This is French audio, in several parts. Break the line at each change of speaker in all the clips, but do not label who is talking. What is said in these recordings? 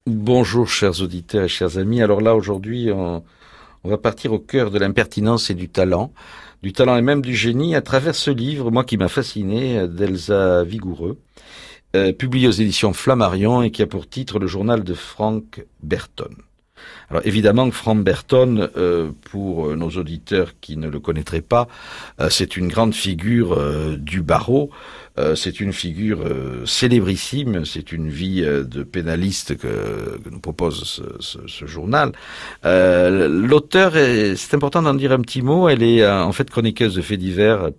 Bonjour chers auditeurs et chers amis. Alors là aujourd'hui on va partir au cœur de l'impertinence et du talent et même du génie à travers ce livre, moi qui m'a fasciné, d'Elsa Vigoureux, publié aux éditions Flammarion et qui a pour titre Le journal de Frank Berton. Alors évidemment, Frank Berton, pour nos auditeurs qui ne le connaîtraient pas, c'est une grande figure du barreau, c'est une figure célébrissime, c'est une vie de pénaliste que nous propose ce journal. L'auteur, c'est important d'en dire un petit mot, elle est en fait chroniqueuse de faits divers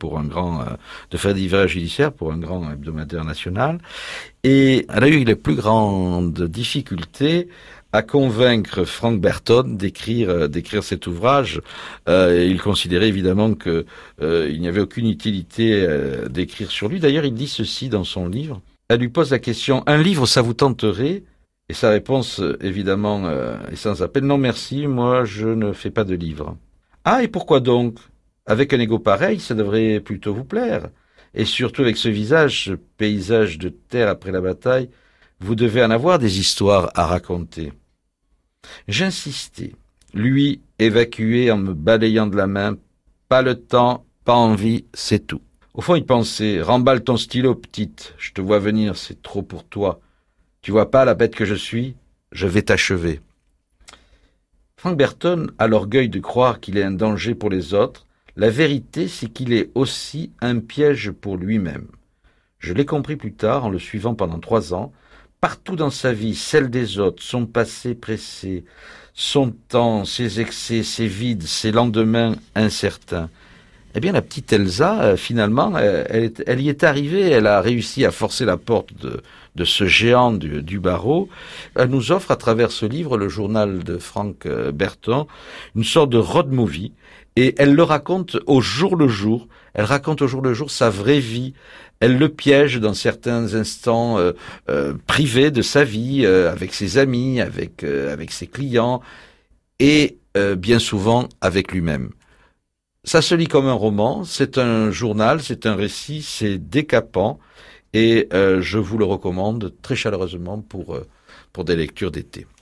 de faits divers judiciaires pour un grand hebdomadaire national, et elle a eu les plus grandes difficultés à convaincre Frank Berton d'écrire cet ouvrage. Il considérait évidemment que il n'y avait aucune utilité d'écrire sur lui. D'ailleurs, il dit ceci dans son livre. Elle lui pose la question: un livre, ça vous tenterait? Et sa réponse, évidemment, est sans appel: non merci, moi je ne fais pas de livre. Ah, et pourquoi donc? Avec un ego pareil, ça devrait plutôt vous plaire. Et surtout avec ce visage, ce paysage de terre après la bataille, vous devez en avoir des histoires à raconter. J'insistais, lui évacué en me balayant de la main: pas le temps, pas envie, c'est tout. Au fond, il pensait: remballe ton stylo, petite, je te vois venir, c'est trop pour toi. Tu vois pas la bête que je suis? Je vais t'achever. Frank Berton a l'orgueil de croire qu'il est un danger pour les autres. La vérité, c'est qu'il est aussi un piège pour lui-même. Je l'ai compris plus tard en le suivant pendant 3 ans. Partout dans sa vie, celle des autres, son passé pressé, son temps, ses excès, ses vides, ses lendemains incertains. Eh bien, la petite Elsa, finalement, elle y est arrivée. Elle a réussi à forcer la porte de ce géant du barreau. Elle nous offre, à travers ce livre, le journal de Frank Berton, une sorte de road movie. Et elle le raconte au jour le jour. Elle raconte au jour le jour sa vraie vie. Elle le piège dans certains instants privés de sa vie, avec ses amis, avec ses clients, et bien souvent avec lui-même. Ça se lit comme un roman, c'est un journal, c'est un récit, c'est décapant, et je vous le recommande très chaleureusement pour des lectures d'été.